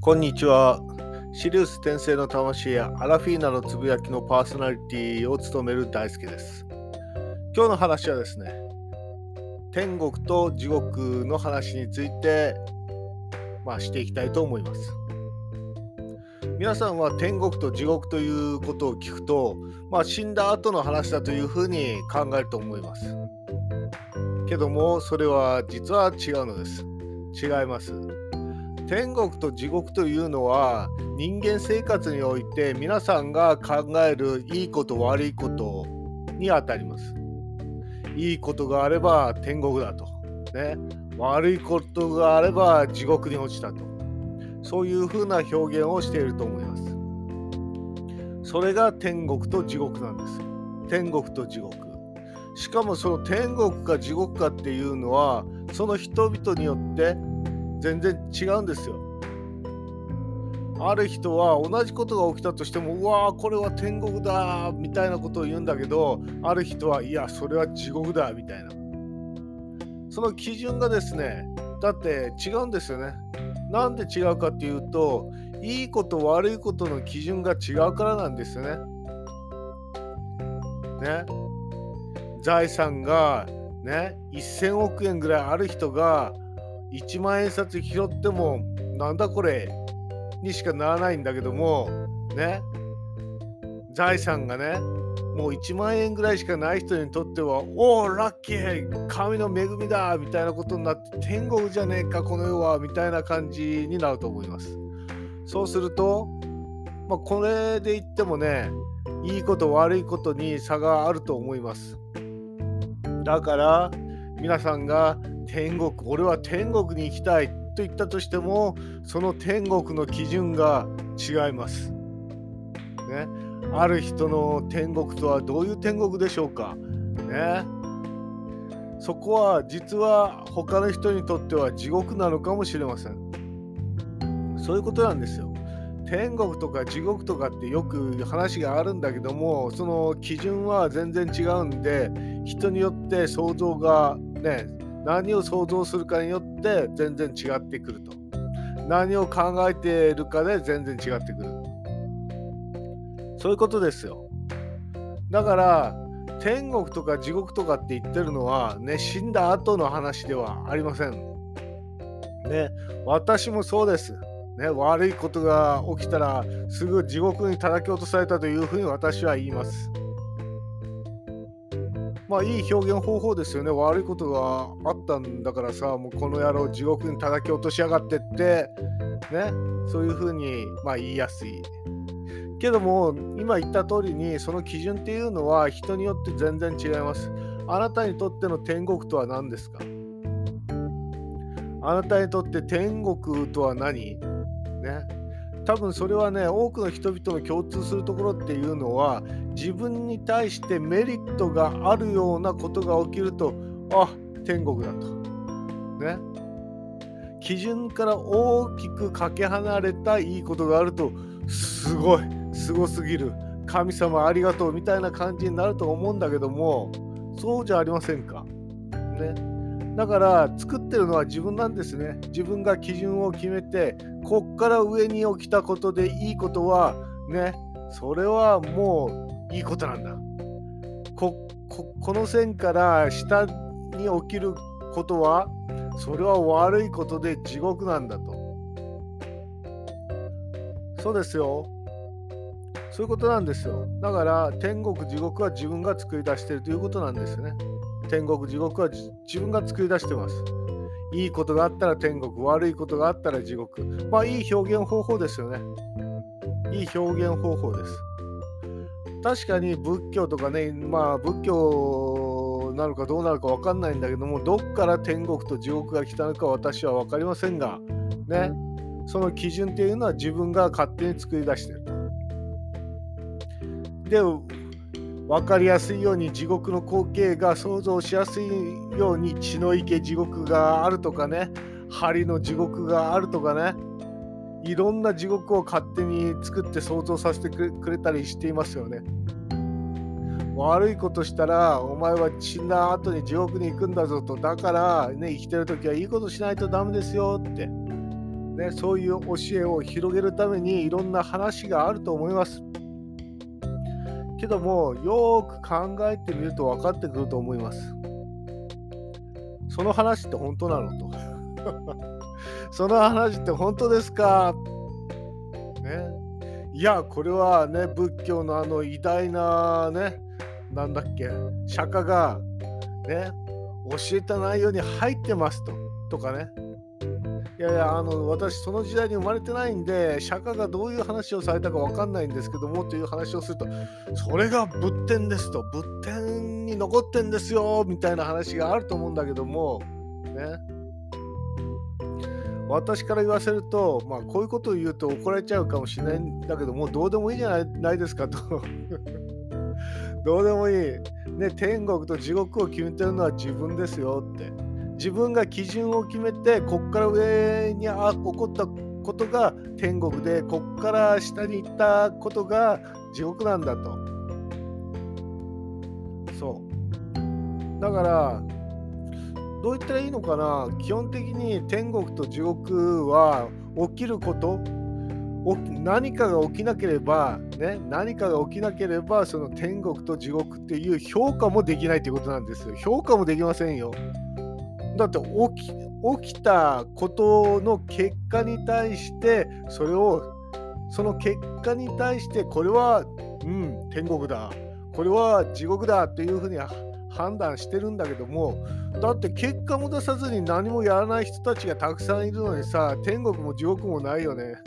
こんにちは。シリウス転生の魂やアラフィーナのつぶやきのパーソナリティを務める大輔です。今日の話はですね、天国と地獄の話についてしていきたいと思います。皆さんは天国と地獄ということを聞くと、死んだ後の話だというふうに考えると思います。けどもそれは実は違うのです。違います。天国と地獄というのは人間生活において皆さんが考えるいいこと悪いことにあたります。いいことがあれば天国だと、悪いことがあれば地獄に落ちたと、そういうふうな表現をしていると思います。それが天国と地獄なんです。天国と地獄。しかもその天国か地獄かっていうのはその人々によって全然違うんですよ。ある人は同じことが起きたとしても、うわーこれは天国だみたいなことを言うんだけど、ある人はいやそれは地獄だみたいな、その基準がですね、だって違うんですよね。なんで違うかっていうと、いいこと悪いことの基準が違うからなんですよね。財産が1000億円ぐらいある人が1万円札拾ってもなんだこれにしかならないんだけども財産がもう1万円ぐらいしかない人にとっては、おおラッキー神の恵みだみたいなことになって、天国じゃねえかこの世はみたいな感じになると思います。そうするとこれで言ってもいいこと悪いことに差があると思います。だから皆さんが俺は天国に行きたいと言ったとしても、その天国の基準が違います。ある人の天国とはどういう天国でしょうか。そこは実は他の人にとっては地獄なのかもしれません。そういうことなんですよ。天国とか地獄とかってよく話があるんだけども、その基準は全然違うんで、人によって想像が何を想像するかによって全然違ってくると。何を考えているかで全然違ってくる。そういうことですよ。だから天国とか地獄とかって言ってるのは死んだ後の話ではありません。私もそうです。悪いことが起きたらすぐ地獄に叩き落とされたというふうに私は言います。いい表現方法ですよね。悪いことがあったんだからさ、もうこの野郎地獄に叩き落としやがってってそういうふうに言いやすいけども、今言った通りにその基準っていうのは人によって全然違います。あなたにとっての天国とは何ですか？あなたにとって天国とは何？多分それは多くの人々の共通するところっていうのは、自分に対してメリットがあるようなことが起きると、天国だと基準から大きくかけ離れたいいことがあると、すごすぎる神様ありがとうみたいな感じになると思うんだけども、そうじゃありませんか。だから作ってるのは自分なんですね。自分が基準を決めて、こっから上に起きたことでいいことはそれはもういいことなんだ。この線から下に起きることはそれは悪いことで地獄なんだと。そうですよ。そういうことなんですよ。だから天国地獄は自分が作り出しているということなんですね。天国地獄は自分が作り出してます。いいことがあったら天国、悪いことがあったら地獄。いい表現方法ですよね。いい表現方法です。確かに仏教とか仏教なのかどうなのか分かんないんだけども、どっから天国と地獄が来たのか私は分かりませんがその基準っていうのは自分が勝手に作り出していると。で分かりやすいように地獄の光景が想像しやすいように、血の池地獄があるとか針の地獄があるとかいろんな地獄を勝手に作って想像させてくれたりしていますよね。悪いことしたらお前は死んだ後に地獄に行くんだぞと。だから生きてる時はいいことしないとダメですよってね、そういう教えを広げるためにいろんな話があると思います。けども、よーく考えてみると分かってくると思います。その話って本当なのと。その話って本当ですかね。いや、これはね、仏教の偉大なね、なんだっけ、釈迦がね、教えた内容に入ってますとかね。いやいや、私、その時代に生まれてないんで、釈迦がどういう話をされたかわかんないんですけども、という話をすると、それが仏典ですと、仏典に残ってんですよ、みたいな話があると思うんだけども、ね。私から言わせると、こういうことを言うと怒られちゃうかもしれないんだけども、どうでもいいじゃないですかと。どうでもいい。ね、天国と地獄を決めてるのは自分ですよって。自分が基準を決めて、こっから上に起こったことが天国で、こっから下に行ったことが地獄なんだと。そう。だから、どう言ったらいいのかな。基本的に天国と地獄は起きること、何かが起きなければ、その天国と地獄っていう評価もできないということなんですよ。評価もできませんよ。だって起きたことの結果に対して、その結果に対して、これは、天国だ、これは地獄だというふうに判断してるんだけども、だって結果も出さずに何もやらない人たちがたくさんいるのにさ、天国も地獄もないよね。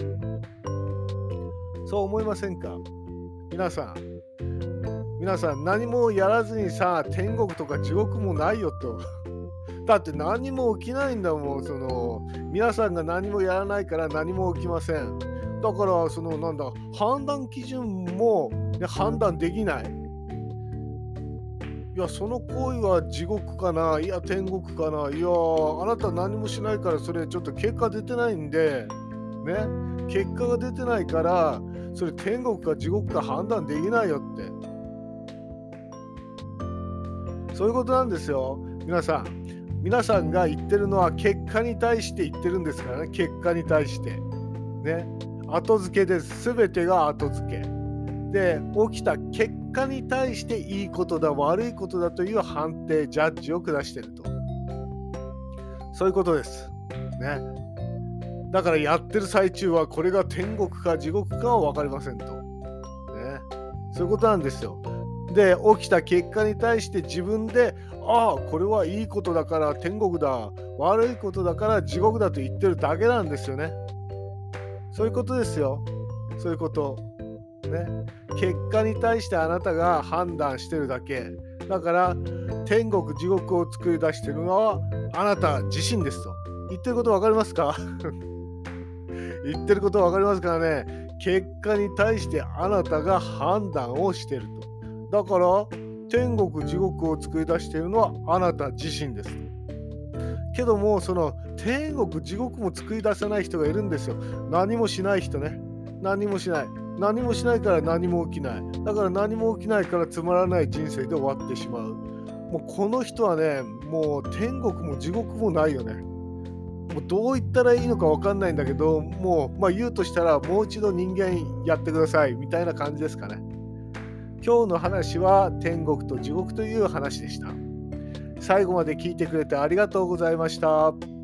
そう思いませんか？皆さん何もやらずにさ、天国とか地獄もないよと。だって何も起きないんだもん。皆さんが何もやらないから何も起きません。だから判断基準も、判断できない。いや、その行為は地獄かな、いや天国かな、いやあなた何もしないから、それちょっと結果出てないんでね、結果が出てないからそれ天国か地獄か判断できないよって、そういうことなんですよ。皆さんが言ってるのは結果に対して言ってるんですからね。結果に対してね、後付けです。全てが後付けで、起きた結果に対していいことだ悪いことだという判定、ジャッジを下していると、そういうことですね。だからやってる最中はこれが天国か地獄かは分かりませんと、ね、そういうことなんですよ。で、起きた結果に対して自分で、これはいいことだから天国だ、悪いことだから地獄だと言ってるだけなんですよね。そういうことですよ。そういうことね。結果に対してあなたが判断してるだけだから、天国地獄を作り出してるのはあなた自身ですと。言ってること分かりますか？言ってること分かりますからね。結果に対してあなたが判断をしてると。だから天国地獄を作り出しているのはあなた自身です。けども、その天国地獄も作り出せない人がいるんですよ。何もしない人ね。何もしないから何も起きない。だから何も起きないからつまらない人生で終わってしまう。もうこの人はね、もう天国も地獄もないよね。もうどう言ったらいいのか分かんないんだけど、もう言うとしたら、もう一度人間やってくださいみたいな感じですかね。今日の話は天国と地獄という話でした。最後まで聞いてくれてありがとうございました。